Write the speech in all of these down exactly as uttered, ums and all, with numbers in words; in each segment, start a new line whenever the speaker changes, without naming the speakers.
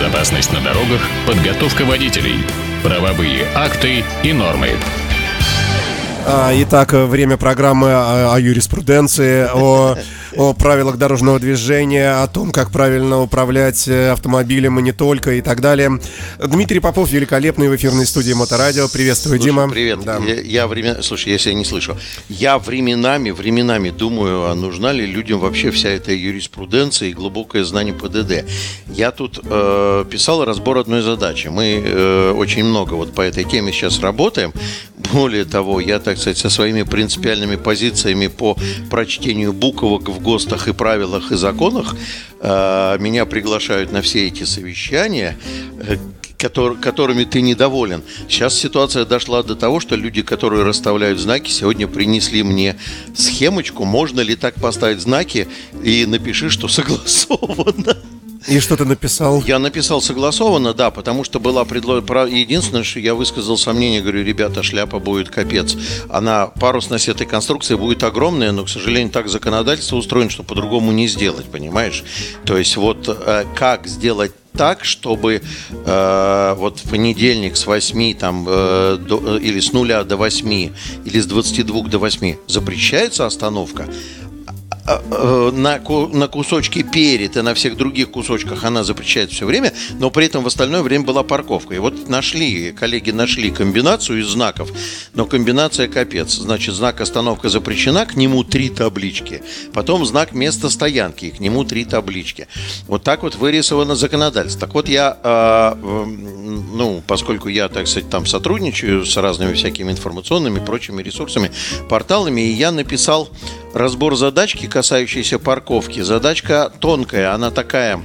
Безопасность на дорогах, подготовка водителей, правовые акты и нормы.
Итак, время программы о, о юриспруденции, о, о правилах дорожного движения, о том, как правильно управлять автомобилем и не только, и так далее. Дмитрий Попов, великолепный, в эфирной студии Моторадио. Приветствую,
Слушай,
Дима.
Привет.
Да.
Я, я время... Слушай, я себя не слышу. Я временами, временами думаю, а нужна ли людям вообще вся эта юриспруденция и глубокое знание ПДД. Я тут э, писал разбор одной задачи. Мы э, очень много вот по этой теме сейчас работаем. Более того, я, так сказать, со своими принципиальными позициями по прочтению буквок в ГОСТах и правилах и законах э, меня приглашают на все эти совещания, э, Котор, которыми ты недоволен. Сейчас ситуация дошла до того, что люди, которые расставляют знаки, сегодня принесли мне схемочку, можно ли так поставить знаки, и напиши, что согласовано.
И что ты написал?
Я написал согласованно, да, потому что была предложена... Единственное, что я высказал сомнение, говорю, ребята, шляпа будет капец. Она, парусность этой конструкции будет огромная, но, к сожалению, так законодательство устроено, что по-другому не сделать, понимаешь? То есть вот э, как сделать так, чтобы э, вот в понедельник с восьми там, э, до, или с нуля до восьми, или с двадцати двух до восьми запрещается остановка, на, на кусочке перед и на всех других кусочках она запрещается все время, но при этом в остальное время была парковка. И вот нашли, коллеги нашли комбинацию из знаков, но комбинация капец. Значит, знак «Остановка запрещена», к нему три таблички. Потом знак «Место стоянки», к нему три таблички. Вот так вот вырисовано законодательство. Так вот я, э, э, ну, поскольку я, так сказать, там сотрудничаю с разными всякими информационными, прочими ресурсами, порталами, и я написал разбор задачки, касающейся парковки. Задачка тонкая, она такая,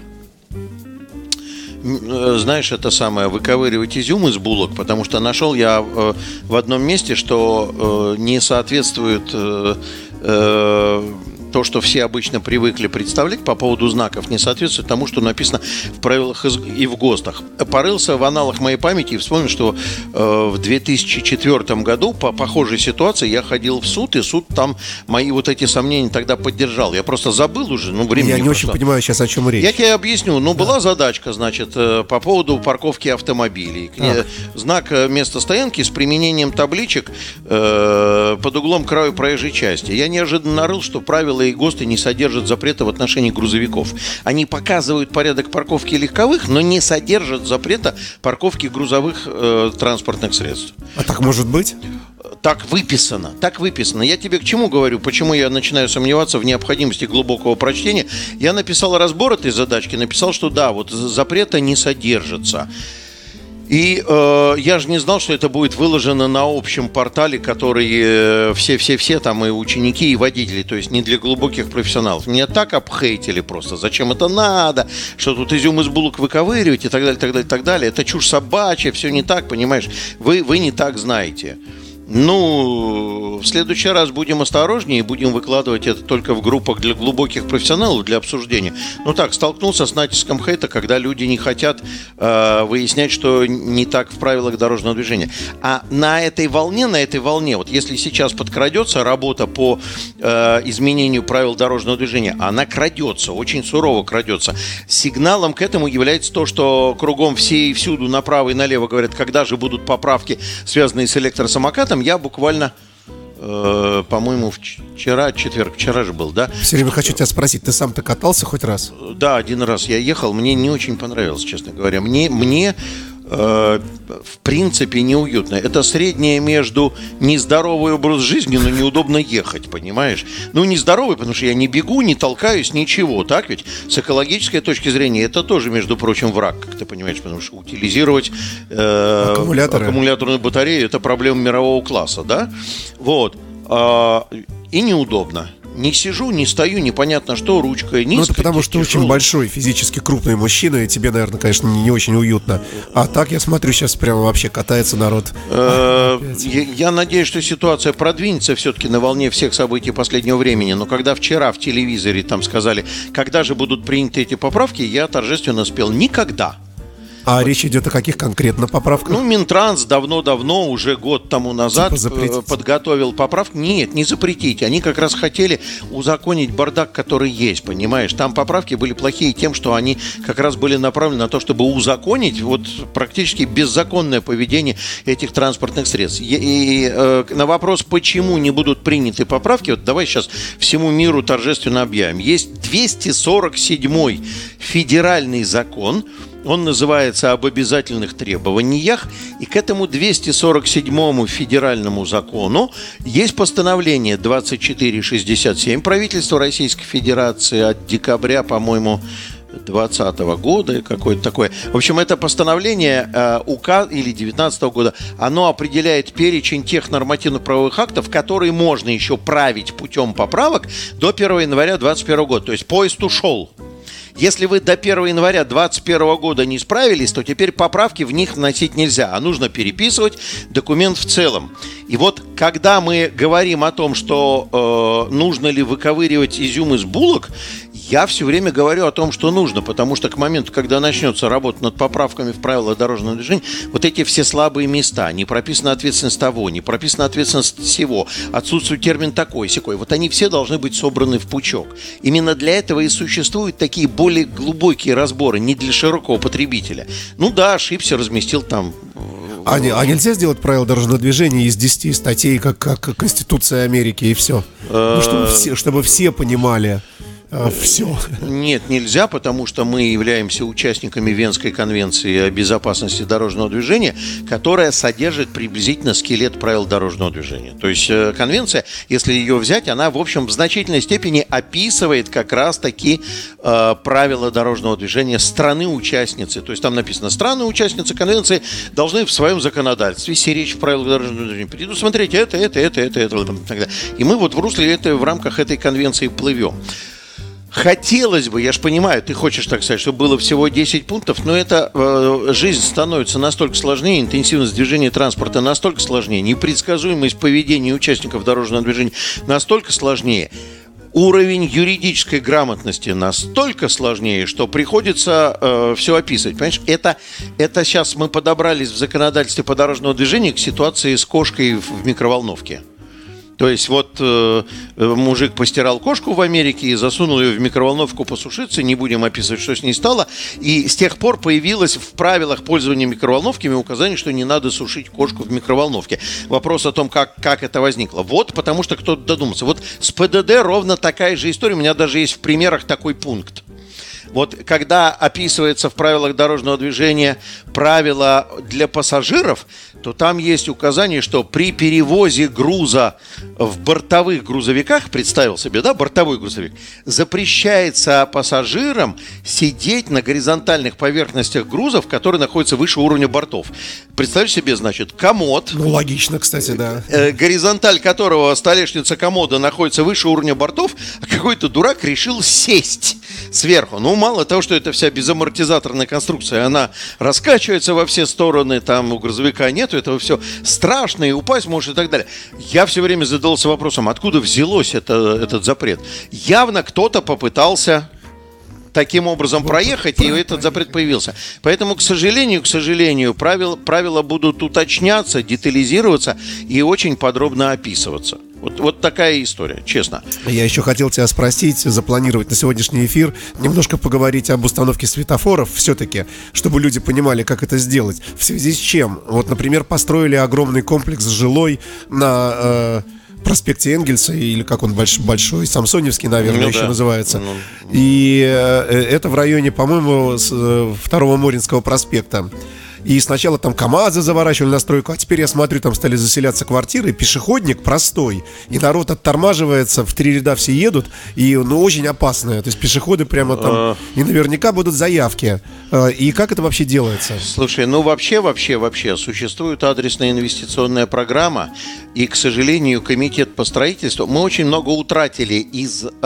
знаешь, это самое, выковыривать изюм из булок, потому что нашел я э, в одном месте, что э, не соответствует э, э, то, что все обычно привыкли представлять по поводу знаков, не соответствует тому, что написано в правилах и в ГОСТах. Порылся в аналах моей памяти и вспомнил, что э, в две тысячи четвёртом году по похожей ситуации я ходил в суд, и суд там мои вот эти сомнения тогда поддержал. Я просто забыл уже, ну, времени
Я не
прошло.
очень понимаю сейчас, о чем речь.
Я тебе объясню. Ну, да. Была задачка, значит, э, по поводу парковки автомобилей. А. Знак места стоянки с применением табличек э, под углом к краю проезжей части. Я неожиданно нарыл, что правила и ГОСТы не содержат запрета в отношении грузовиков. Они показывают порядок парковки легковых, но не содержат запрета парковки грузовых э, транспортных средств.
А так может быть?
Так выписано, так выписано. Я тебе к чему говорю, почему я начинаю сомневаться в необходимости глубокого прочтения. Я написал разбор этой задачки, написал, что да, вот запрета не содержится. И э, я же не знал, что это будет выложено на общем портале, который все-все-все там и ученики, и водители, то есть не для глубоких профессионалов. Меня так обхейтили просто, зачем это надо, что тут изюм из булок выковыривать и так далее, так далее, так далее. Это чушь собачья, все не так, понимаешь, вы, вы не так знаете. Ну, в следующий раз будем осторожнее и будем выкладывать это только в группах для глубоких профессионалов, для обсуждения. Ну так, столкнулся с натиском хейта, когда люди не хотят э, выяснять, что не так в правилах дорожного движения. А на этой волне, на этой волне, вот если сейчас подкрадется работа по э, изменению правил дорожного движения, она крадется, очень сурово крадется. Сигналом к этому является то, что кругом все и всюду направо и налево говорят, когда же будут поправки, связанные с электросамокатом. Я буквально, э, по-моему, вчера, четверг, вчера же был, да?
Все время хочу тебя спросить, ты сам-то катался хоть раз?
Да, один раз я ехал, мне не очень понравилось, честно говоря. Мне, мне э, в принципе, неуютно. Это среднее между нездоровый образ жизни, но неудобно ехать, понимаешь? Ну, нездоровый, потому что я не бегу, не толкаюсь, ничего, так ведь? С экологической точки зрения это тоже, между прочим, враг, как ты понимаешь, потому что утилизировать э, аккумуляторную батарею – это проблема мирового класса, да? Вот. А, и неудобно. Не сижу, не стою, непонятно что, ручкой низко.
Ну, это потому что очень большой, физически крупный мужчина, и тебе, наверное, конечно, не, не очень уютно. А так, я смотрю, сейчас прямо вообще катается народ.
Я надеюсь, что ситуация продвинется все-таки на волне всех событий последнего времени. Но когда вчера в телевизоре там сказали, когда же будут приняты эти поправки, я торжественно спел: никогда.
А вот. Речь идет о каких конкретно поправках?
Ну, Минтранс давно-давно, уже год тому назад типа подготовил поправки. Нет, не запретить. Они как раз хотели узаконить бардак, который есть, понимаешь? Там поправки были плохие тем, что они как раз были направлены на то, чтобы узаконить вот практически беззаконное поведение этих транспортных средств. И, и э, на вопрос, почему не будут приняты поправки, вот давай сейчас всему миру торжественно объявим. Есть двести сорок седьмой федеральный закон. Он называется «Об обязательных требованиях», и к этому двести сорок седьмому федеральному закону есть постановление двадцать четыре шестьдесят семь правительства Российской Федерации от декабря, по-моему, двадцатого года, какое-то такое. В общем, это постановление э, УК или девятнадцатого года, оно определяет перечень тех нормативно-правовых актов, которые можно еще править путем поправок до первого января двадцать первого года. То есть поезд ушел. Если вы до первого января двадцать первого года не справились, то теперь поправки в них вносить нельзя, а нужно переписывать документ в целом. И вот когда мы говорим о том, что э, нужно ли выковыривать изюм из булок, я все время говорю о том, что нужно, потому что к моменту, когда начнется работа над поправками в правила дорожного движения, вот эти все слабые места, не прописана ответственность того, не прописана ответственность всего, отсутствует термин такой-сякой, вот они все должны быть собраны в пучок. Именно для этого и существуют такие более глубокие разборы, не для широкого потребителя. Ну да, ошибся, разместил там...
А, не, а нельзя сделать правила дорожного движения из десяти статей, как, как Конституция Америки, и все? Ну, чтобы все, чтобы все понимали... Все.
Нет, нельзя, потому что мы являемся участниками Венской конвенции о безопасности дорожного движения, которая содержит приблизительно скелет правил дорожного движения. То есть конвенция, если ее взять, она, в общем, в значительной степени описывает как раз-таки э, правила дорожного движения страны-участницы. То есть там написано, страны-участницы конвенции должны в своем законодательстве сиречь в правилах дорожного движения. Приду смотреть это, это, это, это, это, это. И мы вот в русле это, в рамках этой конвенции плывем. Хотелось бы, я же понимаю, ты хочешь так сказать, чтобы было всего десять пунктов, но это э, жизнь становится настолько сложнее, интенсивность движения транспорта настолько сложнее, непредсказуемость поведения участников дорожного движения настолько сложнее, уровень юридической грамотности настолько сложнее, что приходится э, все описывать. Понимаешь, это, это сейчас мы подобрались в законодательстве по дорожному движению к ситуации с кошкой в, в микроволновке. То есть вот э, мужик постирал кошку в Америке и засунул ее в микроволновку посушиться, не будем описывать, что с ней стало, и с тех пор появилось в правилах пользования микроволновками указание, что не надо сушить кошку в микроволновке. Вопрос о том, как, как это возникло. Вот потому что кто-то додумался. Вот с ПДД ровно такая же история, у меня даже есть в примерах такой пункт. Вот когда описывается в правилах дорожного движения правила для пассажиров, то там есть указание, что при перевозе груза в бортовых грузовиках, представил себе, да, бортовой грузовик, запрещается пассажирам сидеть на горизонтальных поверхностях грузов, которые находятся выше уровня бортов. Представляешь себе, значит, комод.
Ну, логично, кстати, да.
Э, горизонталь которого, столешница комода, находится выше уровня бортов, а какой-то дурак решил сесть сверху. Ну, мало того, что это вся безамортизаторная конструкция, она раскачивается во все стороны, там у грузовика нету, этого все страшно, и упасть может и так далее. Я все время задался вопросом, откуда взялось это, этот запрет. Явно кто-то попытался таким образом проехать, и этот запрет появился. Поэтому, к сожалению, к сожалению, правила, правила будут уточняться, детализироваться и очень подробно описываться. Вот, вот такая история, честно.
Я еще хотел тебя спросить, запланировать на сегодняшний эфир, немножко поговорить об установке светофоров все-таки, чтобы люди понимали, как это сделать. В связи с чем? Вот, например, построили огромный комплекс жилой на... Э, проспекте Энгельса, или как он большой, большой Самсоневский, наверное, ну, еще да. называется. Ну, и э, это в районе, по-моему, с, э, второго Моринского проспекта. И сначала там КамАЗы заворачивали на стройку, а теперь я смотрю, там стали заселяться квартиры, пешеходник простой, и народ оттормаживается, в три ряда все едут, и ну очень опасное, то есть пешеходы прямо там, и наверняка будут заявки. И как это вообще делается?
Слушай, ну вообще, вообще, вообще существует адресная инвестиционная программа, и, к сожалению, комитет по строительству, мы очень много утратили из э,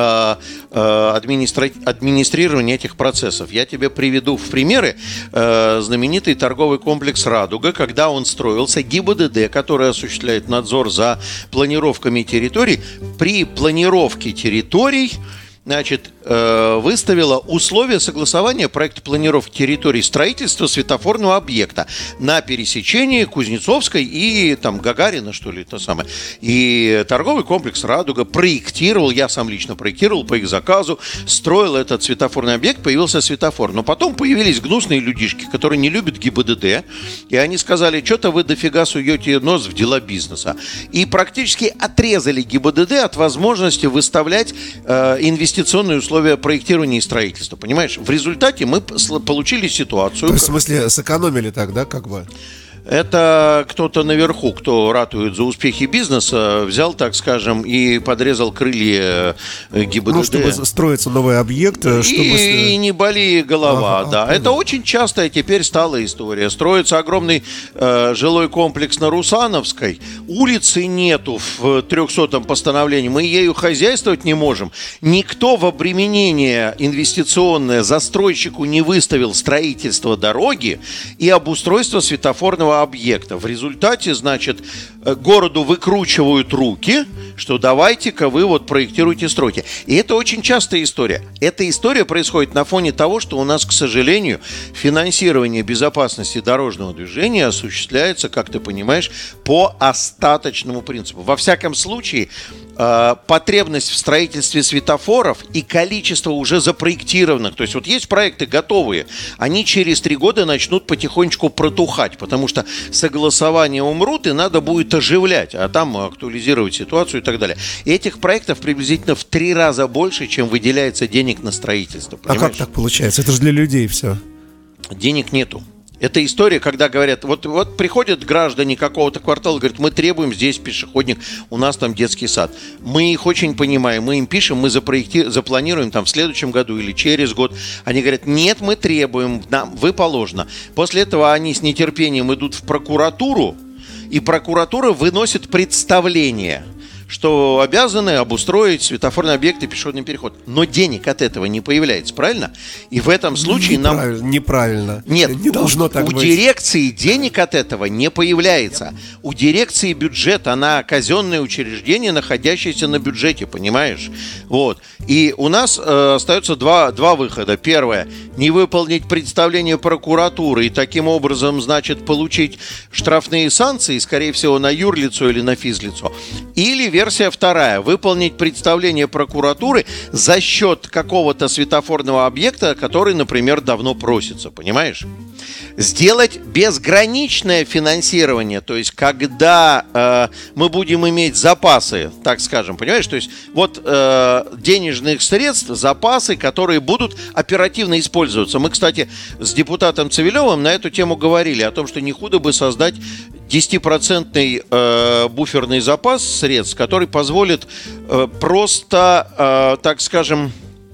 э, администра... администрирования этих процессов. Я тебе приведу в примеры э, знаменитый торговый комплекс «Радуга», когда он строился, ГИБДД, который осуществляет надзор за планировками территорий, при планировке территорий, значит, э, выставила условия согласования проекта планировки территории строительства светофорного объекта на пересечении Кузнецовской и там Гагарина, что ли, это самое. И торговый комплекс «Радуга» проектировал, я сам лично проектировал по их заказу, строил этот светофорный объект, появился светофор. Но потом появились гнусные людишки, которые не любят ГИБДД, и они сказали, что-то вы дофига суете нос в дела бизнеса. И практически отрезали ГИБДД от возможности выставлять э, инвестиционные условия проектирования и строительства. Понимаешь? В результате мы получили ситуацию...
То есть, в смысле, сэкономили так, да, как бы?
Это кто-то наверху, кто ратует за успехи бизнеса, взял, так скажем, и подрезал крылья ГИБДД.
Ну, чтобы строится новый объект, чтобы...
И, и не боли голова, ага, да. А, это очень частая теперь стала история. Строится огромный э, жилой комплекс на Русановской, улицы нету в трехсотом постановлении, мы ею хозяйствовать не можем. Никто в обременение инвестиционное застройщику не выставил строительство дороги и обустройство светофорного объекта. В результате, значит, городу выкручивают руки, что давайте-ка вы вот проектируйте, стройте. И это очень частая история. Эта история происходит на фоне того, что у нас, к сожалению, финансирование безопасности дорожного движения осуществляется, как ты понимаешь, по остаточному принципу. Во всяком случае, потребность в строительстве светофоров и количество уже запроектированных, то есть вот есть проекты готовые, они через три года начнут потихонечку протухать, потому что согласования умрут и надо будет оживлять, а там актуализировать ситуацию и так далее. И этих проектов приблизительно в три раза больше, чем выделяется денег на строительство. Понимаешь?
А как так получается? Это же для людей все.
Денег нету. Это история, когда говорят, вот, вот приходят граждане какого-то квартала, говорят, мы требуем здесь пешеходник, у нас там детский сад. Мы их очень понимаем, мы им пишем, мы запроекти... запланируем там в следующем году или через год. Они говорят, нет, мы требуем, нам, вы положено. После этого они с нетерпением идут в прокуратуру, и прокуратура выносит представление, что обязаны обустроить светофорный объект и пешеходный переход. Но денег от этого не появляется, правильно? И в этом случае
неправильно,
нам...
Неправильно.
Нет,
не должно
у,
так
у
быть.
дирекции денег от этого не появляется. У дирекции бюджет, она казенное учреждение, находящееся на бюджете, понимаешь? Вот. И у нас э, остается два, два выхода. Первое, не выполнить представление прокуратуры и таким образом, значит, получить штрафные санкции, скорее всего, на юрлицо или на физлицо. Или версия вторая. Выполнить представление прокуратуры за счет какого-то светофорного объекта, который, например, давно просится. Понимаешь? Сделать безграничное финансирование. То есть, когда э, мы будем иметь запасы, так скажем, понимаешь? То есть, вот э, денежных средств, запасы, которые будут оперативно использоваться. Мы, кстати, с депутатом Цивилевым на эту тему говорили. О том, что не худо бы создать десятипроцентный э, буферный запас средств, который позволит э, просто, э, так скажем,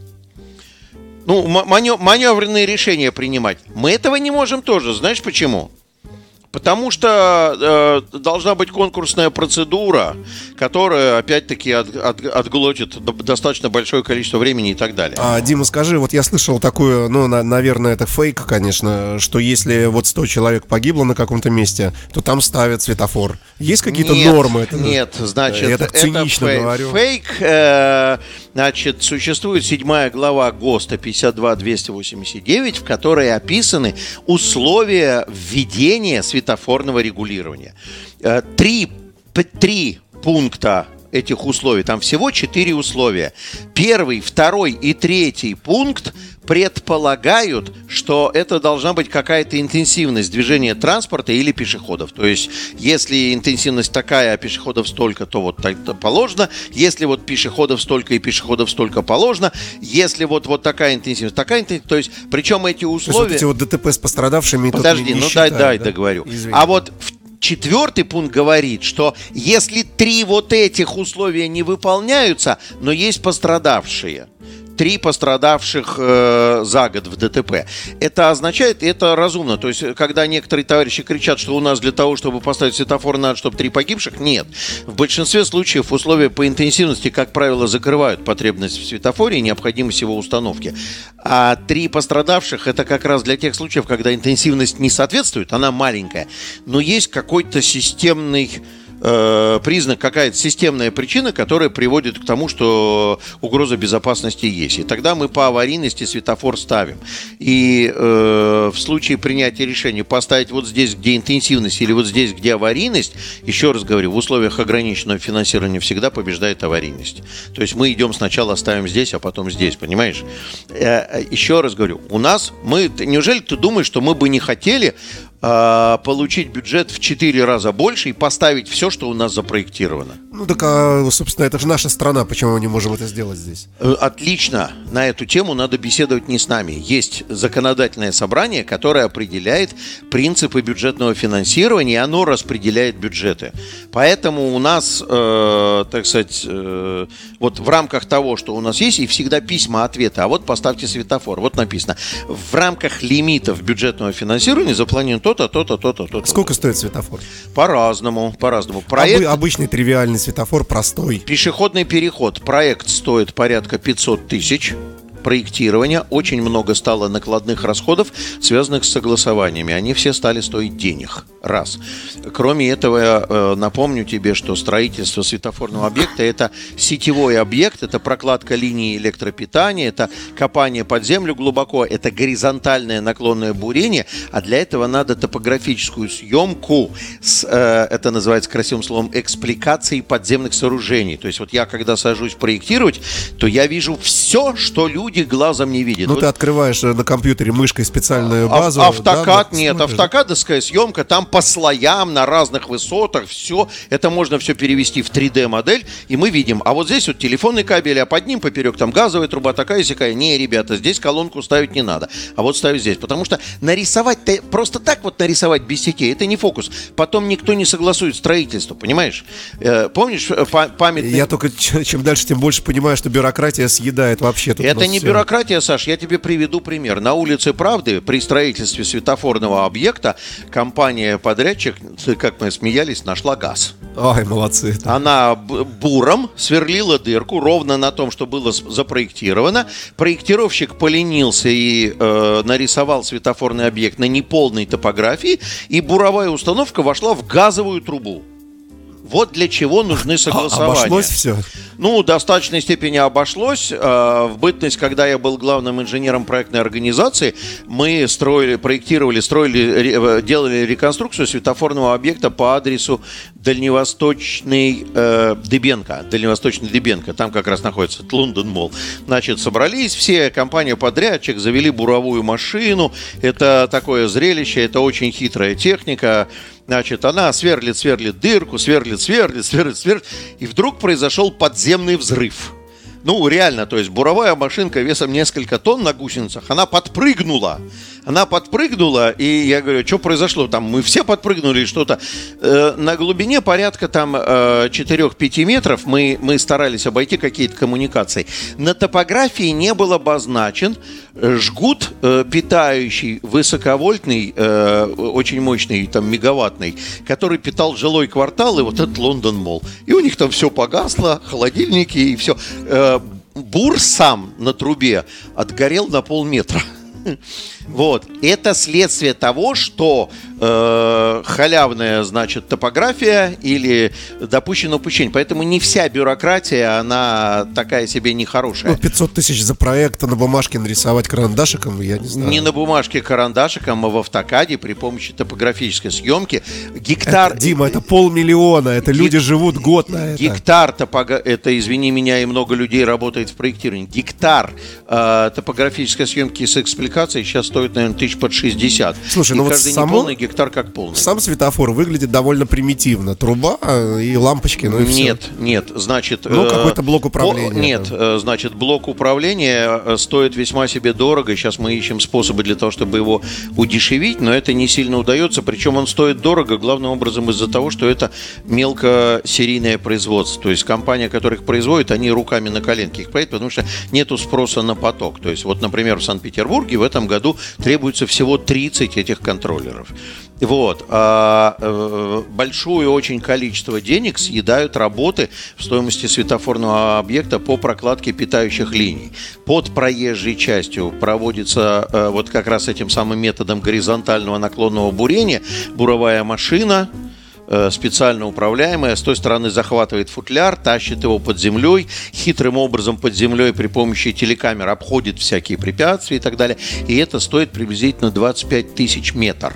ну, маневренные решения принимать. Мы этого не можем тоже. Знаешь почему? Потому что э, должна быть конкурсная процедура, которая, опять-таки, от, от, отглотит достаточно большое количество времени и так далее.
А, Дима, скажи, вот я слышал такую, ну, на, наверное, это фейк, конечно, что если вот сто человек погибло на каком-то месте, то там ставят светофор. Есть какие-то
нет,
нормы? Это,
нет, значит,
я так цинично
это фей,
говорю.
Фейк, э, значит, существует седьмая глава ГОСТа пятьдесят два двести восемьдесят девять, в которой описаны условия введения светофора. Светофорного регулирования. Три, три пункта этих условий, там всего четыре условия. Первый, второй и третий пункт предполагают, что это должна быть какая-то интенсивность движения транспорта или пешеходов. То есть, если интенсивность такая, а пешеходов столько, то вот так положено. Если вот пешеходов столько и пешеходов столько положено. Если вот, вот такая интенсивность, такая интенсивность. То есть, причем эти условия...
То есть, вот эти вот ДТП с пострадавшими...
Подожди, ну
считают,
дай, дай,
да?
договорю.
Извини.
А вот четвертый пункт говорит, что если три вот этих условия не выполняются, но есть пострадавшие, три пострадавших э, за год в ДТП. Это означает, это разумно. То есть, когда некоторые товарищи кричат, что у нас для того, чтобы поставить светофор, надо, чтобы три погибших, нет. В большинстве случаев условия по интенсивности, как правило, закрывают потребность в светофоре и необходимость его установки. А три пострадавших, это как раз для тех случаев, когда интенсивность не соответствует, она маленькая, но есть какой-то системный э, признак, какая-то системная причина, которая приводит к тому, что угроза безопасности есть. И тогда мы по аварийности светофор ставим. И э, в случае принятия решения поставить вот здесь, где интенсивность, или вот здесь, где аварийность, еще раз говорю, в условиях ограниченного финансирования всегда побеждает аварийность. То есть мы идем сначала ставим здесь, а потом здесь, понимаешь? Э, еще раз говорю, у нас, мы, неужели ты думаешь, что мы бы не хотели получить бюджет в четыре раза больше и поставить все, что у нас запроектировано?
Ну так, а, собственно, это же наша страна, почему мы не можем это сделать здесь?
Отлично. На эту тему надо беседовать не с нами. Есть законодательное собрание, которое определяет принципы бюджетного финансирования, и оно распределяет бюджеты. Поэтому у нас, э, так сказать, э, вот в рамках того, что у нас есть, и всегда письма, ответы, а вот поставьте светофор. Вот написано, в рамках лимитов бюджетного финансирования запланировано то-то, то-то, то-то, то-то.
Сколько стоит светофор?
По-разному, по-разному. Проект...
Обы- обычный тривиальный светофор, простой.
Пешеходный переход. Проект стоит порядка пятьсот тысяч. Проектирования. Очень много стало накладных расходов, связанных с согласованиями. Они все стали стоить денег. Раз. Кроме этого, напомню тебе, что строительство светофорного объекта – это сетевой объект, это прокладка линии электропитания, это копание под землю глубоко, это горизонтальное наклонное бурение, а для этого надо топографическую съемку с, это называется красивым словом, экспликацией подземных сооружений. То есть вот я, когда сажусь проектировать, то я вижу все, что люди глазом не видят.
Ну,
вот.
Ты открываешь на компьютере мышкой специальную базу.
Автокад,
да,
нет,
смотришь.
автокадовская съемка, там по слоям, на разных высотах, все. Это можно все перевести в три дэ-модель, и мы видим. А вот здесь вот телефонный кабель, а под ним поперек там газовая труба, такая-сякая. Не, ребята, здесь колонку ставить не надо. А вот ставить здесь. Потому что нарисовать, просто так вот нарисовать без сетей, это не фокус. Потом никто не согласует строительство, понимаешь? Э, помнишь памятный...
Я только чем дальше, тем больше понимаю, что бюрократия съедает вообще. Тут
это не
все.
Бюрократия, Саш, я тебе приведу пример. На улице Правды при строительстве светофорного объекта компания-подрядчик, как мы смеялись, нашла газ.
Ай, молодцы.
Она буром сверлила дырку ровно на том, что было запроектировано. Проектировщик поленился и э, нарисовал светофорный объект на неполной топографии, и буровая установка вошла в газовую трубу. Вот для чего нужны согласования.
Обошлось все?
Ну, в достаточной степени обошлось. В бытность, когда я был главным инженером проектной организации, мы строили, проектировали, строили, делали реконструкцию светофорного объекта по адресу Дальневосточный э, Дыбенко. Дальневосточный Дыбенко. Там как раз находится Лондон Молл. Значит, собрались все, компания-подрядчик, завели буровую машину. Это такое зрелище, это очень хитрая техника. Значит, она сверлит, сверлит дырку, сверлит, сверлит, сверлит, сверлит. И вдруг произошел подземный взрыв. Ну, реально, то есть буровая машинка весом несколько тонн на гусеницах, она подпрыгнула. Она подпрыгнула, и я говорю, что произошло? Там мы все подпрыгнули, что-то. Э, на глубине порядка там э, четыре-пять метров мы, мы старались обойти какие-то коммуникации. На топографии не был обозначен жгут, э, питающий высоковольтный, э, очень мощный, там, мегаваттный, который питал жилой квартал и вот этот Лондон Молл. И у них там все погасло, холодильники и все. Э, бур сам на трубе отгорел на полметра. Вот. Это следствие того, что э, халявная, значит, топография или допущено упущение. Поэтому не вся бюрократия, она такая себе нехорошая.
Ну, пятьсот тысяч за проект, а на бумажке нарисовать карандашиком, я не знаю.
Не на бумажке карандашиком, а в автокаде при помощи топографической съемки. Гектар...
Это, Дима, это полмиллиона, это
Гек...
люди живут год на это.
Гектар топога... Это, извини меня, и много людей работает в проектировании. Гектар э, топографической съемки с экспликацией сейчас стоит, наверное, тысяч под шестьдесят.
Слушай,
и
ну
каждый
вот само...
неполный гектар как полный.
Сам светофор выглядит довольно примитивно. Труба и лампочки, ну и все.
Нет, нет, значит...
Ну,
э,
какой-то блок управления.
По... Нет, э, значит, блок управления стоит весьма себе дорого. Сейчас мы ищем способы для того, чтобы его удешевить, но это не сильно удается. Причем он стоит дорого, главным образом из-за того, что это мелкосерийное производство. То есть компания, которая их производит, они руками на коленке их проект, потому что нету спроса на поток. То есть вот, например, в Санкт-Петербурге в этом году требуется всего тридцать этих контроллеров. Вот. А, э, большое очень количество денег съедают работы в стоимости светофорного объекта по прокладке питающих линий. Под проезжей частью проводится э, вот как раз этим самым методом горизонтального наклонного бурения буровая машина, специально управляемая. С той стороны захватывает футляр, тащит его под землей, хитрым образом под землей при помощи телекамер обходит всякие препятствия и так далее. И это стоит приблизительно двадцать пять тысяч метров.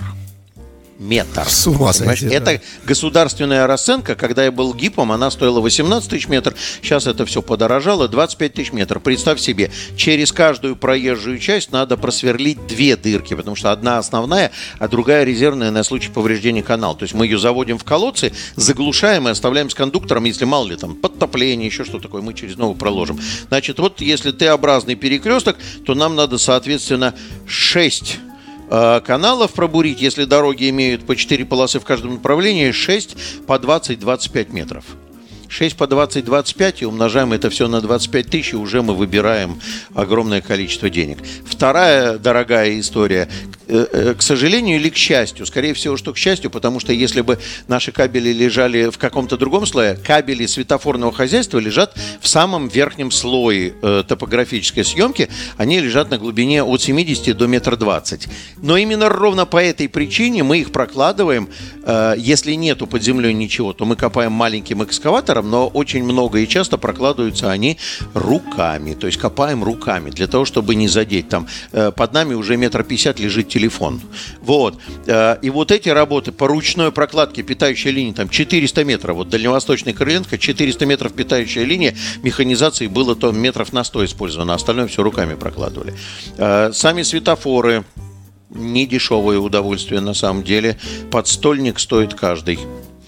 Метр.
С ума сойти, да.
Это государственная расценка. Когда я был ГИПом, она стоила восемнадцать тысяч метров. Сейчас это все подорожало. двадцать пять тысяч метров. Представь себе, через каждую проезжую часть надо просверлить две дырки, потому что одна основная, а другая резервная на случай повреждения канала. То есть мы ее заводим в колодцы, заглушаем и оставляем с кондуктором, если мало ли там подтопление, еще что такое, мы через новую проложим. Значит, вот если Т-образный перекресток, то нам надо, соответственно, шесть каналов пробурить, если дороги имеют по четыре полосы в каждом направлении, шесть по двадцать-двадцать пять метров. шесть по двадцать двадцать пять и умножаем это все на двадцать пять тысяч, и уже мы выбираем огромное количество денег. Вторая дорогая история, к сожалению или к счастью, скорее всего, что к счастью, потому что если бы наши кабели лежали в каком-то другом слое, кабели светофорного хозяйства лежат в самом верхнем слое топографической съемки, они лежат на глубине от семидесяти до метра двадцати. Но именно ровно по этой причине мы их прокладываем, если нету под землей ничего, то мы копаем маленьким экскаватором, но очень много и часто прокладываются они руками, то есть копаем руками, для того, чтобы не задеть. Там под нами уже метр пятьдесят лежит телефон. Вот. И вот эти работы по ручной прокладке питающей линии, там четыреста метров, вот Дальневосточный Крыленко, четыреста метров питающая линия, механизации было то метров на сто использовано, остальное все руками прокладывали. Сами светофоры, не дешевое удовольствие на самом деле, подстольник стоит каждый.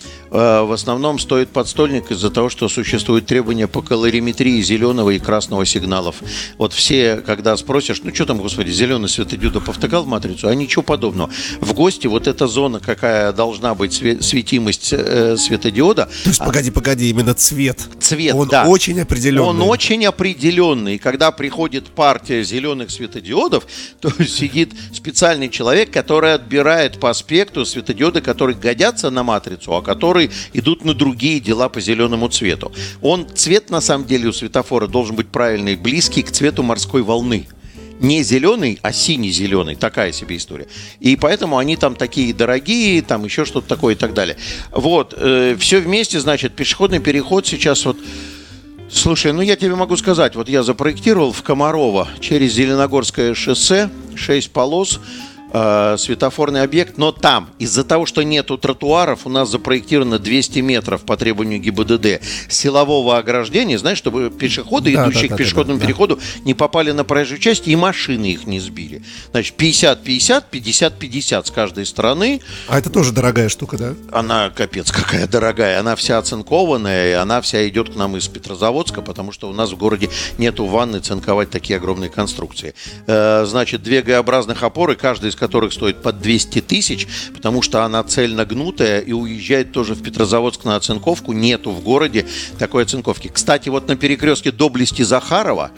В основном стоит подстольник из-за того, что существуют требования по калориметрии зеленого и красного сигналов. Вот все, когда спросишь, ну что там, господи, зеленый светодиод повтыкал в матрицу, а ничего подобного. В ГОСТе вот эта зона, какая должна быть светимость э, светодиода.
То есть, погоди, погоди, именно цвет.
Цвет,
Он
да.
очень определенный.
Он очень определенный. И когда приходит партия зеленых светодиодов, то сидит специальный человек, который отбирает по спектру светодиоды, которые годятся на матрицу, а которые идут на другие дела по зеленому цвету. Он, цвет на самом деле у светофора должен быть правильный, близкий к цвету морской волны. Не зеленый, а синий-зеленый. Такая себе история. И поэтому они там такие дорогие, там еще что-то такое и так далее. Вот. Э, все вместе, значит, пешеходный переход сейчас вот... Слушай, ну я тебе могу сказать, вот я запроектировал в Комарово через Зеленогорское шоссе шесть полос, светофорный объект, но там из-за того, что нету тротуаров, у нас запроектировано двести метров по требованию ГИБДД силового ограждения, знаешь, чтобы пешеходы, да, идущие да, к пешеходному да, да, переходу, да. не попали на проезжую часть и машины их не сбили. Значит, пятьдесят пятьдесят, пятьдесят пятьдесят с каждой стороны.
А это тоже дорогая штука, да? Она,
капец, какая дорогая. Она вся оцинкованная, и она вся идет к нам из Петрозаводска, потому что у нас в городе нету ванны цинковать такие огромные конструкции. Значит, две Г-образных опоры, каждая из которых стоит под двести тысяч, потому что она цельно гнутая и уезжает тоже в Петрозаводск на оцинковку. Нету в городе такой оцинковки. Кстати, вот на перекрестке Доблести-Захарова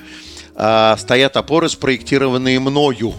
э, стоят опоры, спроектированные мною.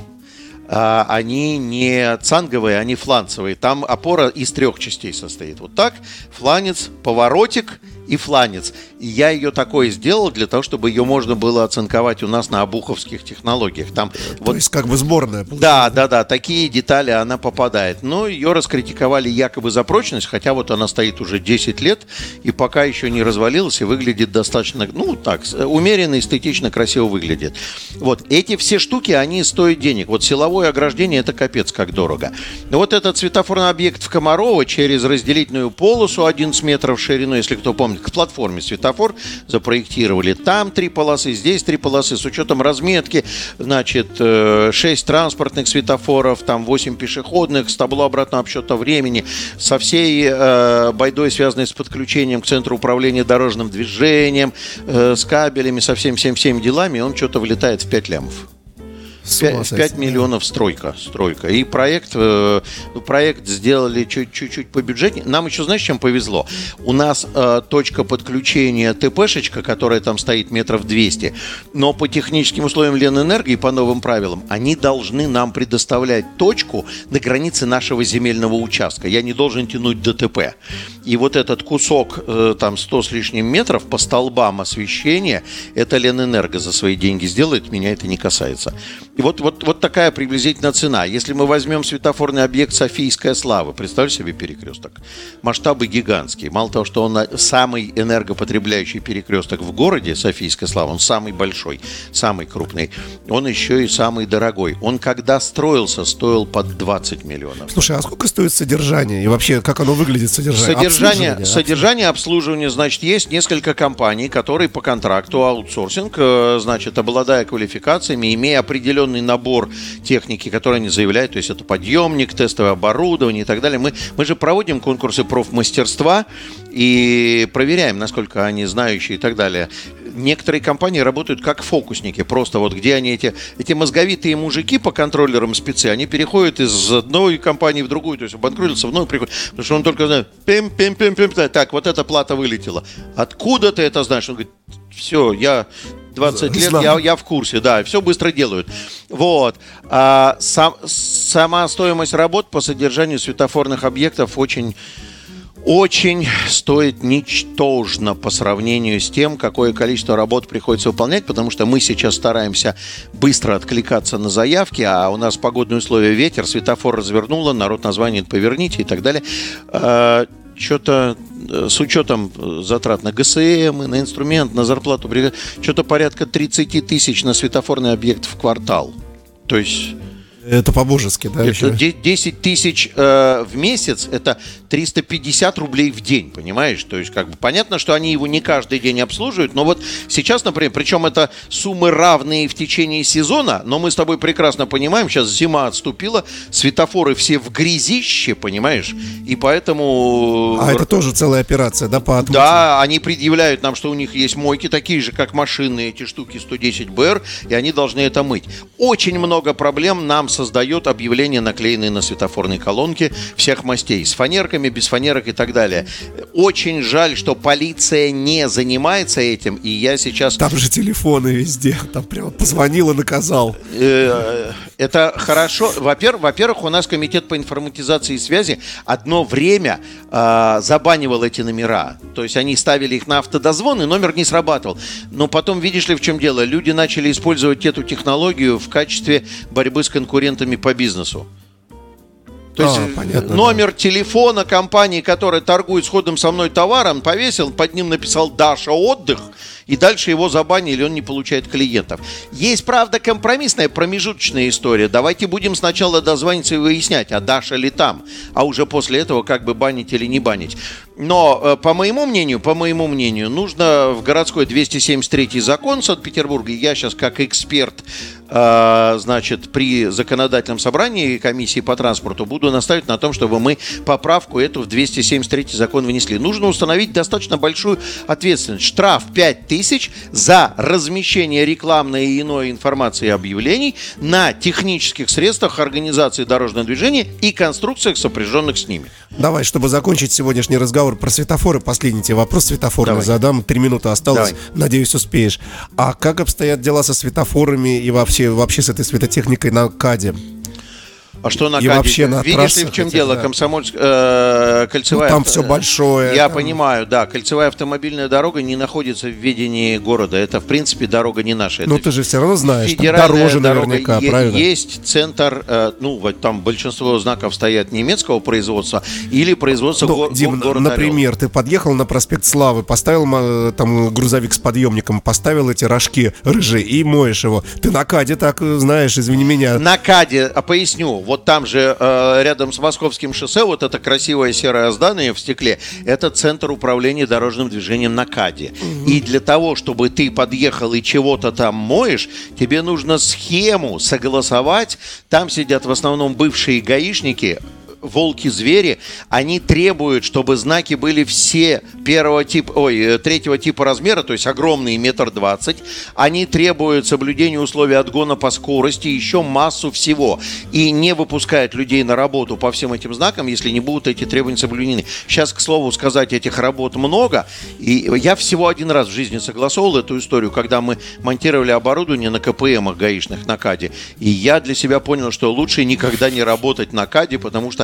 Э, они не цанговые, они фланцевые. Там опора из трех частей состоит. Вот так, фланец, поворотик и фланец. И я ее такой сделал для того, чтобы ее можно было оцинковать у нас на обуховских технологиях. Там,
То
вот,
есть как бы сборная.
Да, да, да, такие детали она попадает. Но ее раскритиковали якобы за прочность, хотя вот она стоит уже десять лет и пока еще не развалилась и выглядит достаточно, ну так, умеренно, эстетично, красиво выглядит. Вот, эти все штуки, они стоят денег. Вот силовое ограждение, это капец как дорого. Вот этот светофорный объект в Комарово через разделительную полосу одиннадцать метров шириной, если кто помнит, к платформе светофор запроектировали. Там три полосы, здесь три полосы с учетом разметки. Значит, шесть транспортных светофоров, там восемь пешеходных, с табло обратного обсчета времени, со всей э, байдой, связанной с подключением к центру управления дорожным движением, э, с кабелями, со всем-всем-всем делами, он что-то влетает в пять лямов. В пять миллионов стройка, стройка. И проект, э, проект сделали чуть-чуть побюджетнее. Нам еще, знаешь, чем повезло? У нас э, точка подключения ТПшечка, которая там стоит метров двести, но по техническим условиям Ленэнерго и по новым правилам, они должны нам предоставлять точку на границе нашего земельного участка. Я не должен тянуть ДТП. И вот этот кусок, э, там сто с лишним метров по столбам освещения, это Ленэнерго за свои деньги сделает, меня это не касается. И вот, вот, вот такая приблизительно цена. Если мы возьмем светофорный объект Софийская слава, представьте себе перекресток. Масштабы гигантские. Мало того, что он самый энергопотребляющий перекресток в городе, Софийская слава, он самый большой, самый крупный, он еще и самый дорогой. Он когда строился, стоил под двадцать миллионов.
Слушай, а сколько стоит содержание? И вообще, как оно выглядит, содержание?
Содержание,
Обслуживание,
содержание, обслуживание, значит, есть несколько компаний, которые по контракту аутсорсинг, значит, обладая квалификациями, имея определенный набор техники, которые они заявляют, то есть это подъемник, тестовое оборудование и так далее. Мы, мы же проводим конкурсы профмастерства и проверяем, насколько они знающие и так далее. Некоторые компании работают как фокусники, просто вот где они, эти, эти мозговитые мужики по контроллерам спецы, они переходят из одной компании в другую, то есть обанкротился, вновь приходит, потому что он только знает, пим-пим-пим-пим, так, вот эта плата вылетела. Откуда ты это знаешь? Он говорит, все, я двадцать лет, я, я в курсе, да, все быстро делают. Вот. А, сам, сама стоимость работ по содержанию светофорных объектов очень... очень стоит ничтожно по сравнению с тем, какое количество работ приходится выполнять, потому что мы сейчас стараемся быстро откликаться на заявки, а у нас погодные условия, ветер, светофор развернуло, народ названивает «поверните» и так далее. Что-то с учетом затрат на ГСМ, на инструмент, на зарплату, что-то порядка тридцать тысяч на светофорный объект в квартал. То есть...
Это по-божески, да?
Это десять тысяч э, в месяц, это триста пятьдесят рублей в день, понимаешь? То есть, как бы, понятно, что они его не каждый день обслуживают, но вот сейчас, например, причем это суммы равные в течение сезона, но мы с тобой прекрасно понимаем, сейчас зима отступила, светофоры все в грязище, понимаешь? И поэтому...
А это тоже целая операция, да, по отмытию?
Да, они предъявляют нам, что у них есть мойки, такие же, как машины, эти штуки сто десять бэ эр, и они должны это мыть. Очень много проблем нам создает объявления, наклеенные на светофорные колонки всех мастей, с фанерками, без фанерок и так далее. Очень жаль, что полиция не занимается этим, и я сейчас...
Там же телефоны везде, там прямо позвонил и наказал.
Это хорошо. Во-первых, во-первых, у нас комитет по информатизации и связи одно время э, забанивал эти номера. То есть они ставили их на автодозвон, и номер не срабатывал. Но потом, видишь ли, в чем дело? Люди начали использовать эту технологию в качестве борьбы с конкурентами по бизнесу. То есть а, понятно, номер да. телефона компании, которая торгует сходным со мной товаром, повесил, под ним написал «Даша отдых», и дальше его забанили, он не получает клиентов. Есть, правда, компромиссная, промежуточная история. Давайте будем сначала дозвониться и выяснять, а Даша ли там, а уже после этого как бы банить или не банить. Но, по моему мнению, по моему мнению, нужно в городской двести семьдесят третий закон Санкт-Петербурга, я сейчас как эксперт, э, значит, при законодательном собрании комиссии по транспорту буду настаивать на том, чтобы мы поправку эту в двести семьдесят третий закон внесли. Нужно установить достаточно большую ответственность. Штраф пять тысяч за размещение рекламной и иной информации и объявлений на технических средствах организации дорожного движения и конструкциях, сопряженных с ними.
Давай, чтобы закончить сегодняшний разговор про светофоры, последний тебе вопрос светофорный Давай. задам. Три минуты осталось, Давай. надеюсь, успеешь. А как обстоят дела со светофорами и вообще, вообще с этой светотехникой на КАДе?
А что на
и
КАДе?
Вообще на
Видишь ли, в чем дело? Да. Комсомольская, э, кольцевая...
Ну, там все большое.
Я
там...
понимаю, да. Кольцевая автомобильная дорога не находится в ведении города. Это, в принципе, дорога не наша.
Но
это
ты же все равно знаешь, там дороже наверняка,
е-
правильно?
Есть центр, э, ну, вот там большинство знаков стоят немецкого производства или производства
ну,
го-
Дим,
города
например,
Орел.
Ты подъехал на проспект Славы, поставил там грузовик с подъемником, поставил эти рожки рыжие и моешь его. Ты на КАДе так, знаешь, извини меня.
На КАДе, а поясню, вот там же рядом с Московским шоссе, вот это красивое серое здание в стекле, это центр управления дорожным движением на КАДе. Угу. И для того, чтобы ты подъехал и чего-то там моешь, тебе нужно схему согласовать. Там сидят в основном бывшие гаишники, волки-звери, они требуют, чтобы знаки были все первого типа, ой, третьего типа размера, то есть огромные, метр двадцать. Они требуют соблюдения условий отгона по скорости, еще массу всего. И не выпускают людей на работу по всем этим знакам, если не будут эти требования соблюдены. Сейчас, к слову сказать, этих работ много. И я всего один раз в жизни согласовал эту историю, когда мы монтировали оборудование на КПМах гаишных на КАДе. И я для себя понял, что лучше никогда не работать на КАДе, потому что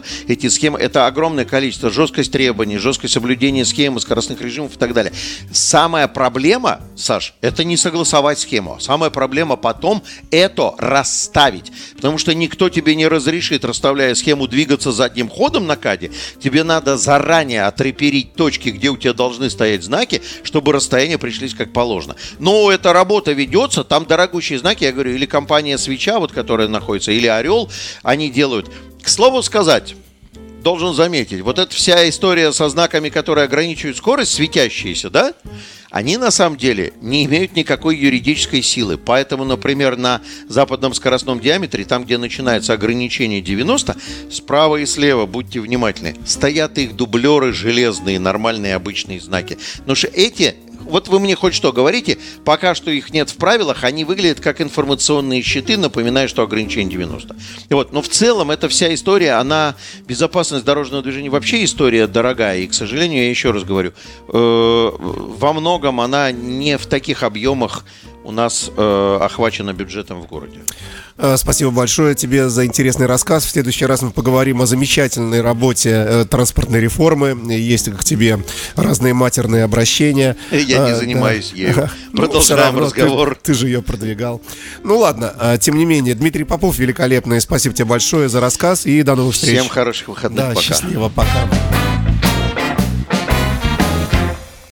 эти схемы, это огромное количество, жесткость требований, жесткость соблюдения схемы, скоростных режимов и так далее. Самая проблема, Саш, это не согласовать схему. Самая проблема потом это расставить. Потому что никто тебе не разрешит, расставляя схему, двигаться задним ходом на каде. Тебе надо заранее отреперить точки, где у тебя должны стоять знаки, чтобы расстояния пришлись как положено. Но эта работа ведется, там дорогущие знаки, я говорю, или компания Свеча, вот которая находится, или Орел, они делают. К слову сказать, должен заметить, вот эта вся история со знаками, которые ограничивают скорость, светящиеся, да, они на самом деле не имеют никакой юридической силы. Поэтому, например, на западном скоростном диаметре, там, где начинается ограничение девяносто, справа и слева, будьте внимательны, стоят их дублеры железные, нормальные обычные знаки. Потому что эти... Вот вы мне хоть что говорите, пока что их нет в правилах, они выглядят как информационные щиты, напоминая, что ограничение девяносто. И вот, но в целом эта вся история, она, безопасность дорожного движения вообще история дорогая. И, к сожалению, я еще раз говорю, э, во многом она не в таких объемах у нас э, охвачена бюджетом в городе.
Спасибо большое тебе за интересный рассказ. В следующий раз мы поговорим о замечательной работе э, транспортной реформы. Есть к тебе разные матерные обращения.
Я не
а,
занимаюсь
да.
ею.
Ну,
Продолжаем разговор.
Ты, ты же ее продвигал. Ну ладно, а, тем не менее, Дмитрий Попов великолепный. Спасибо тебе большое за рассказ и до новых встреч.
Всем хороших выходных.
Да,
пока.
Счастливо, пока.